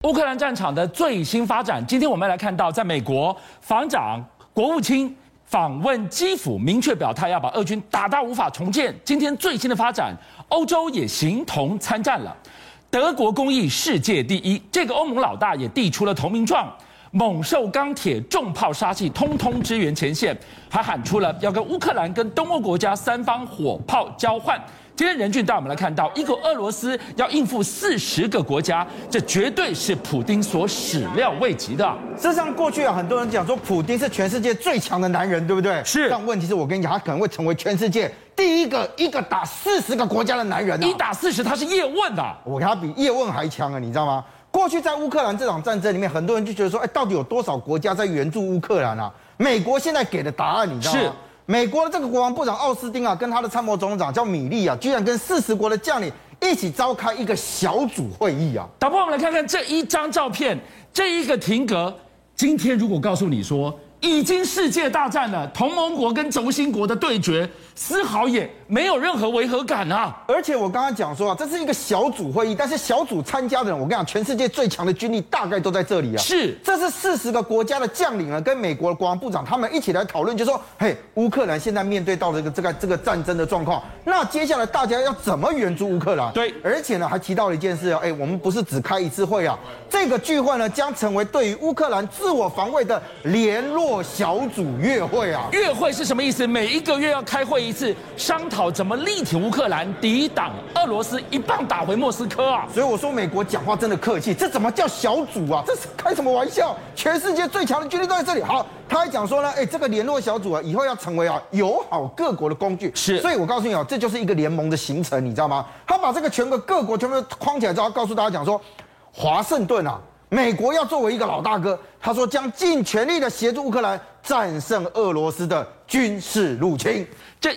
乌克兰战场的最新发展。今天我们来看到，在美国防长国务卿访问基辅，明确表态要把俄军打到无法重建。今天最新的发展，欧洲也形同参战了。德国工艺世界第一，这个欧盟老大也递出了投名状。猛兽钢铁、重炮杀器，通通支援前线，还喊出了要跟乌克兰、跟东欧国家三方火炮交换。今天任俊带我们来看到，一个俄罗斯要应付40个国家，这绝对是普丁所始料未及的。 事实上，过去很多人讲说普丁是全世界最强的男人，对不对？ 是。 但问题是我跟你讲，他可能会成为全世界第一个打40个国家的男人。 一打40，他是叶问啊！ 我跟他比叶问还强啊，你知道吗？过去在乌克兰这场战争里面，很多人就觉得说，到底有多少国家在援助乌克兰啊？美国现在给的答案，你知道吗？是。美国的这个国防部长奥斯汀啊，跟他的参谋总长叫米利啊，居然跟40国的将领一起召开一个小组会议啊！ 导播，我们来看看这一张照片，这一个停格。今天如果告诉你说，已经世界大战了，同盟国跟轴心国的对决，丝毫也没有任何违和感啊！ 而且我刚刚讲说啊，这是一个小组会议，但是小组参加的人，我跟你讲，全世界最强的军力大概都在这里啊。 是， 这是40个国家的将领呢，跟美国的国防部长他们一起来讨论，就说，嘿，乌克兰现在面对到这个战争的状况，那接下来大家要怎么援助乌克兰？ 对， 而且呢，还提到了一件事啊，我们不是只开一次会啊，这个聚会呢将成为对于乌克兰自我防卫的联络小组月会啊。 月会是什么意思？每一个月要开会一次，商讨怎么力挺乌克兰，抵挡俄罗斯一棒打回莫斯科啊！ 所以我说美国讲话真的客气，这怎么叫小组啊？这是开什么玩笑？全世界最强的军力都在这里。好，他还讲说呢，这个联络小组啊，以后要成为友好各国的工具。 是， 所以我告诉你这就是一个联盟的形成，你知道吗？他把这个各国全部框起来之后，告诉大家讲说，华盛顿啊，美国要作为一个老大哥，他说将尽全力的协助乌克兰战胜俄罗斯的军事入侵。 这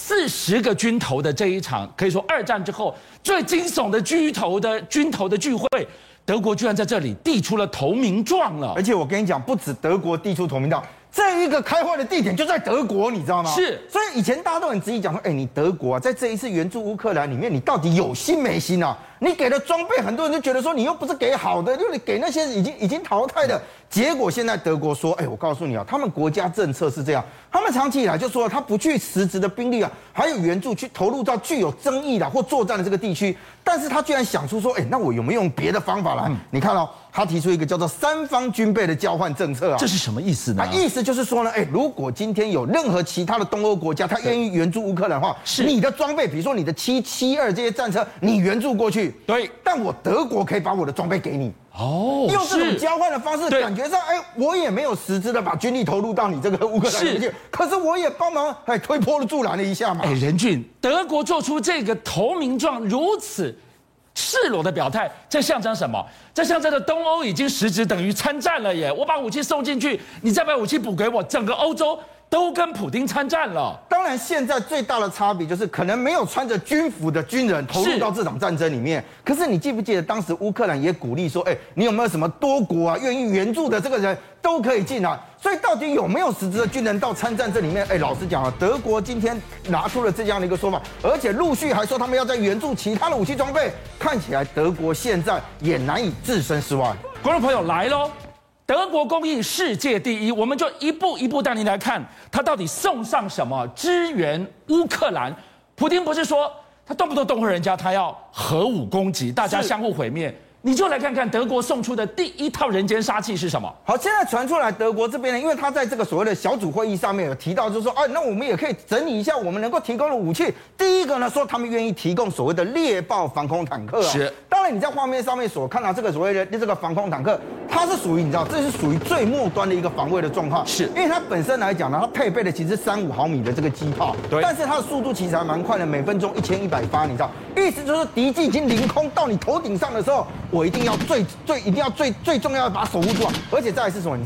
40个军头的这一场，可以说2战之后最惊悚的军头的聚会，德国居然在这里递出了投名状了。 而且我跟你讲，不止德国递出投名状，这一个开会的地点就在德国，你知道吗？ 是。所以以前大家都很质疑讲说，你德国啊，在这一次援助乌克兰里面，你到底有心没心啊？你给的装备，很多人就觉得说，你又不是给好的，就是给那些已经淘汰的。结果现在德国说，我告诉你啊，他们国家政策是这样，他们长期以来就说他不去实质的兵力啊，还有援助去投入到具有争议的或作战的这个地区，但是他居然想出说，那我有没有用别的方法来？你看哦，他提出一个叫做3方军备的交换政策啊， 这是什么意思呢？ 他意思就是说呢，如果今天有任何其他的东欧国家，他愿意援助乌克兰的话，你的装备，比如说你的772这些战车，你援助过去， 对， 但我德国可以把我的装备给你。用这种交换的方式，感觉上，我也没有实质的把军力投入到你这个乌克兰里面去，可是我也帮忙，推波助澜了一下嘛。 任俊，德国做出这个投名状如此赤裸的表态，这象征什么？这象征着东欧已经实质等于参战了耶！我把武器送进去，你再把武器补给我，整个欧洲都跟普丁参战了。 当然，现在最大的差别就是可能没有穿着军服的军人投入到这场战争里面。可是你记不记得当时乌克兰也鼓励说，你有没有什么多国啊愿意援助的这个人都可以进来？所以到底有没有实质的军人到参战这里面？老实讲啊，德国今天拿出了这样的一个说法，而且陆续还说他们要再援助其他的武器装备。看起来德国现在也难以置身事外。 观众朋友来咯，德国工艺世界第一，我们就一步一步带您来看，他到底送上什么支援乌克兰？普丁不是说他动不动动会人家，他要核武攻击，大家相互毁灭。你就来看看德国送出的第一套人间杀器是什么？ 好，现在传出来德国这边呢，因为他在这个所谓的小组会议上面有提到，就是说，那我们也可以整理一下我们能够提供的武器。第一个呢，说他们愿意提供所谓的猎豹防空坦克啊。 是。 当然你在画面上面所看到这个所谓的这个防空坦克，它是属于你知道，这是属于最末端的一个防卫的状况。 是。 因为它本身来讲呢，它配备的其实35毫米的这个机炮， 对。 但是它的速度其实还蛮快的，每分钟1100发，你知道，意思就是敌机已经凌空到你头顶上的时候，我一定要最重要的把它守护住啊！而且再来是什么？你知道，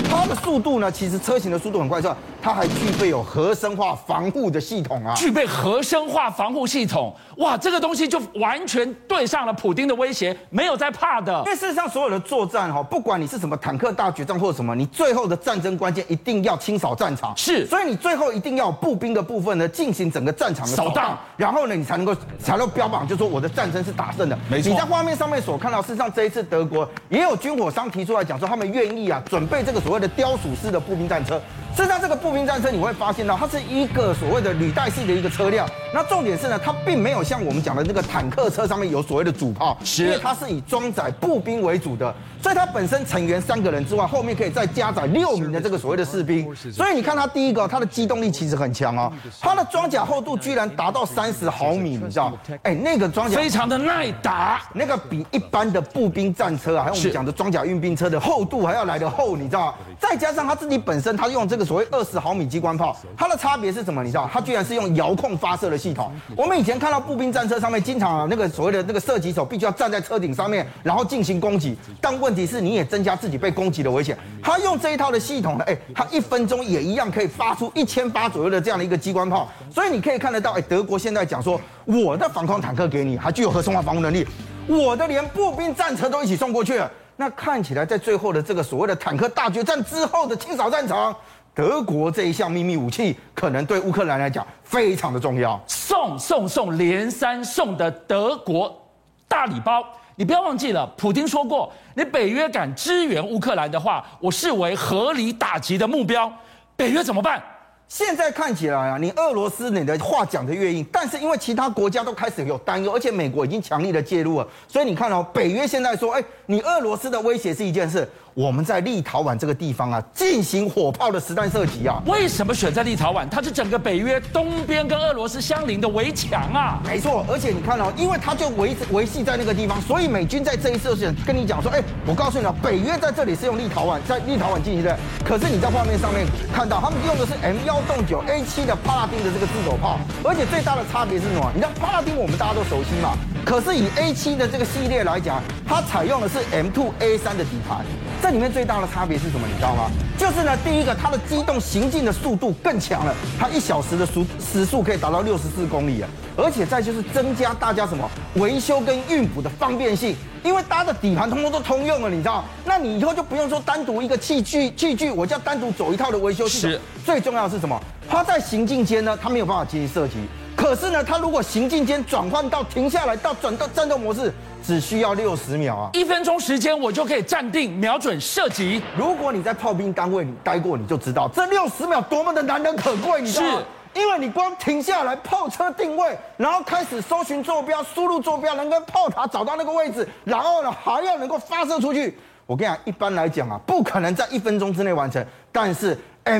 它的速度呢，其实车型的速度很快，之外，它还具备有核生化防护的系统啊， 具备核生化防护系统，哇，这个东西就完全对上了普丁的威胁，没有在怕的。 因为事实上，所有的作战哈，不管你是什么坦克大决战或者什么，你最后的战争关键一定要清扫战场， 是， 所以你最后一定要有步兵的部分呢，进行整个战场的扫荡，然后呢，你才能标榜，就说我的战争是打胜的。 没错， 你在画面上面所看到，事实上这一次德国也有军火商提出来讲说，他们愿意啊准备这个所谓的雕鼠式的步兵战车。事实上，这个步兵战车你会发现到，它是一个所谓的履带式的一个车辆。那重点是呢，它并没有像我们讲的那个坦克车上面有所谓的主炮，因为它是以装载步兵为主的，所以它本身成员3个人之外，后面可以再加载6名的这个所谓的士兵。所以你看它第一个，它的机动力其实很强哦，它的装甲厚度居然达到30毫米，你知道？那个装甲非常的耐打， 那个比一般的步兵战车啊，还有我们讲的装甲运兵车的厚度还要来得厚，你知道吗？再加上它自己本身，它用这个所谓20毫米机关炮，它的差别是什么？你知道？它居然是用遥控发射的系统。我们以前看到步兵战车上面，经常那个所谓的那个射击手必须要站在车顶上面，然后进行攻击。但问题是，你也增加自己被攻击的危险。它用这一套的系统呢，它1分钟也一样可以发出1000发左右的这样的一个机关炮。所以你可以看得到，德国现在讲说，我的防空坦克给你，还具有核生化防护能力，我的连步兵战车都一起送过去了。那看起来，在最后的这个所谓的坦克大决战之后的清扫战场，德国这一项秘密武器可能对乌克兰来讲非常的重要。 送连3送的德国大礼包，你不要忘记了，普丁说过，你北约敢支援乌克兰的话，我视为合理打击的目标。北约怎么办？ 现在看起来啊，你俄罗斯你的话讲得越硬，但是因为其他国家都开始有担忧，而且美国已经强力的介入了，所以你看哦，北约现在说，你俄罗斯的威胁是一件事，我们在立陶宛这个地方啊，进行火炮的实弹射击啊。 为什么选在立陶宛？它是整个北约东边跟俄罗斯相邻的围墙啊。 没错，而且你看哦，因为它就维系在那个地方，所以美军在这一次跟你讲说，我告诉你啊，北约在这里是用在立陶宛进行的，可是你在画面上面看到，他们用的是 M109 A7 的帕拉丁的这个自走炮，而且最大的差别是什么？你知道帕拉丁我们大家都熟悉嘛，可是以 A7 的这个系列来讲，它采用的是 M2A3 的底盘。这里面最大的差别是什么？你知道吗？就是呢，第一个，它的机动行进的速度更强了，它1小时的时速可以达到64公里啊！而且再就是增加大家什么维修跟运补的方便性，因为搭的底盘通通都通用了，你知道？那你以后就不用说单独一个器具，我就要单独走一套的维修系统。是，最重要的是什么？它在行进间呢，它没有办法进行射击。可是呢，它如果行进间转换到停下来到转到战斗模式，只需要60秒啊 ！1分钟时间我就可以站定、瞄准、射击。 如果你在炮兵单位你待过，你就知道这60秒多么的难能可贵，你知道吗？因为你光停下来，炮车定位，然后开始搜寻坐标、输入坐标，能跟炮塔找到那个位置，然后呢还要能够发射出去。我跟你讲，一般来讲啊，不可能在1分钟之内完成，但是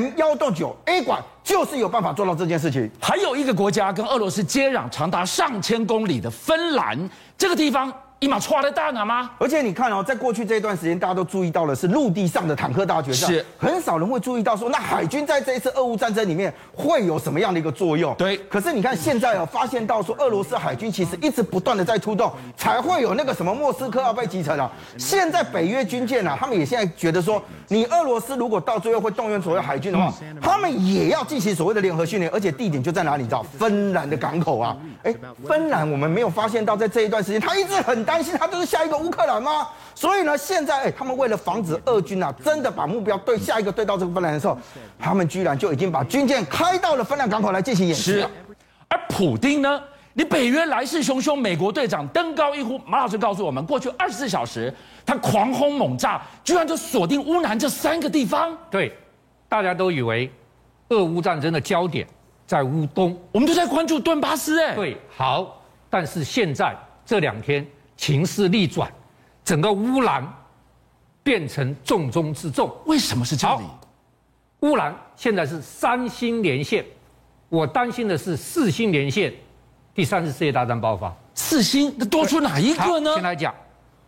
M109A 管就是有办法做到这件事情。 还有一个国家跟俄罗斯接壤长达上千公里的芬兰，这个地方一马出来的大拿吗？ 而且你看哦，在过去这一段时间，大家都注意到的是陆地上的坦克大决战，是很少人会注意到说，那海军在这一次俄乌战争里面会有什么样的一个作用？ 对。 可是你看现在发现到说，俄罗斯海军其实一直不断的在出动，才会有那个什么莫斯科要被击沉啊。现在北约军舰啊，他们也现在觉得说，你俄罗斯如果到最后会动员所谓海军的话，他们也要进行所谓的联合训练，而且地点就在哪里？你知道，芬兰的港口啊。芬兰我们没有发现到在这一段时间，他一直很担心，他就是下一个乌克兰吗？所以呢，现在他们为了防止俄军啊真的把目标对到这个芬兰的时候，他们居然就已经把军舰开到了芬兰港口来进行演习。 而普丁呢？你北约来势汹汹，美国队长登高一呼，马老师告诉我们，过去24小时他狂轰猛炸，居然就锁定乌南这3个地方。 对，大家都以为俄乌战争的焦点在乌东， 我们都在关注顿巴斯。 对，好，但是现在这2天情势逆转，整个乌兰变成重中之重。 为什么是这里？ 乌兰现在是3星连线，我担心的是4星连线，第3次世界大战爆发。 4星，那多出哪一个呢？ 先来讲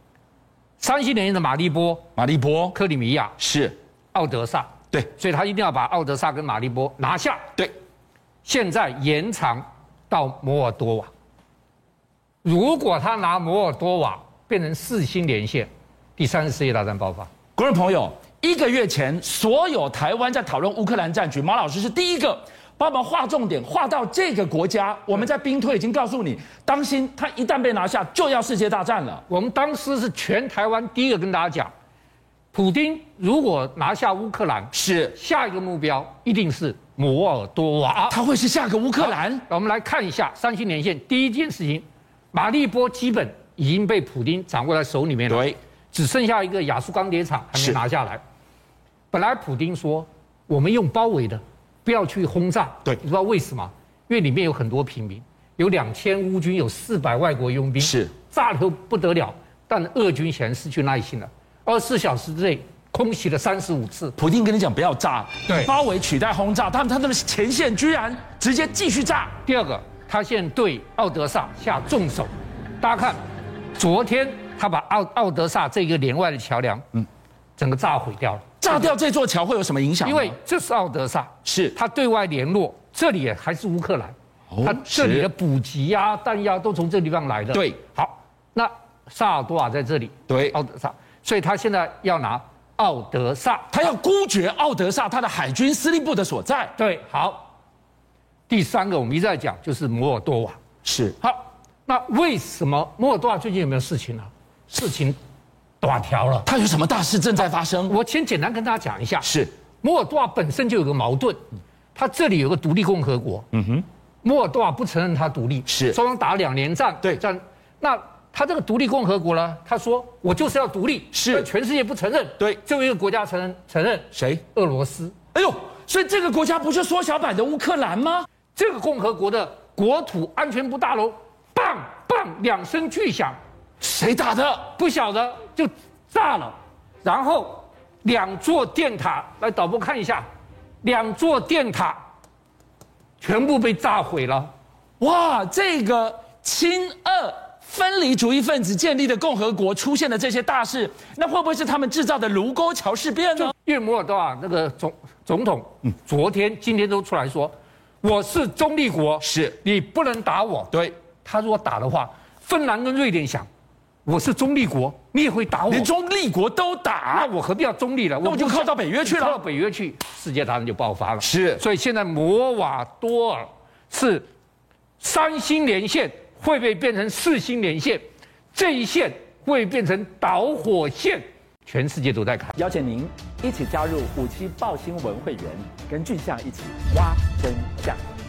，3星连线的马利波、克里米亚是奥德萨， 对， 所以他一定要把奥德萨跟马利波拿下。 对， 现在延长到摩尔多瓦。如果他拿摩尔多瓦变成4星连线，第3次世界大战爆发。 观众朋友， 1个月前，所有台湾在讨论乌克兰战局，马老师是第一个帮我们划重点，划到这个国家。我们在兵推已经告诉你，当心他一旦被拿下，就要世界大战了。 我们当时是全台湾第一个跟大家讲，普丁如果拿下乌克兰， 是下一个目标一定是摩尔多瓦， 他会是下个乌克兰。 我们来看一下3星连线，第一件事情，马利波基本已经被普丁掌握在手里面了， 对， 只剩下一个亚速钢铁厂还没拿下来。本来普丁说我们用包围的，不要去轰炸。 对， 你知道为什么？因为里面有很多平民，有2000乌军，有400外国佣兵， 是炸得不得了。但俄军显然失去耐心了，24小时之内空袭了35次。 普丁跟你讲不要炸， 对， 包围取代轰炸，他的前线居然直接继续炸。 第二个，他现在对奥德萨下重手。大家看，昨天他把奥德萨这个连外的桥梁，整个炸毁掉了。 炸掉这座桥会有什么影响？ 因为这是奥德萨， 是他对外联络，这里也还是乌克兰，他这里的补给啊、弹药都从这地方来的。 对， 好，那萨尔多瓦在这里， 对， 奥德萨，所以他现在要拿奥德萨， 他要孤绝奥德萨他的海军司令部的所在。 对，好。第三个我们一直在讲就是摩尔多瓦， 是好。那为什么摩尔多瓦最近有没有事情啊？事情短条了， 他有什么大事正在发生？ 我先简单跟大家讲一下。 是摩尔多瓦本身就有个矛盾，他这里有个独立共和国，摩尔多瓦不承认他独立， 是双方打2年战， 对战。那他这个独立共和国呢？他说我就是要独立， 是全世界不承认， 对， 只有一个国家承认， 谁？ 俄罗斯。 哎呦，所以这个国家不是缩小版的乌克兰吗？ 这个共和国的国土安全部大楼，棒棒2声巨响， 谁打的？ 不晓得就炸了，然后2座电塔，来导播看一下，2座电塔全部被炸毁了。 哇，这个亲俄分离主义分子建立的共和国出现了这些大事，那会不会是他们制造的卢沟桥事变呢？ 因为摩尔多瓦那个总统，昨天、今天都出来说，我是中立国， 是你不能打我。 对， 他如果打的话，芬兰跟瑞典想，我是中立国，你也会打我， 连中立国都打， 那我何必要中立了？ 那我就靠到北约去了， 靠到北约去，世界大战就爆发了。 是， 所以现在摩瓦多尔是3星连线，会不会变成4星连线？这一线会变成导火线，全世界都在看。 邀请您一起加入57爆新闻会员，跟俊相一起挖真相。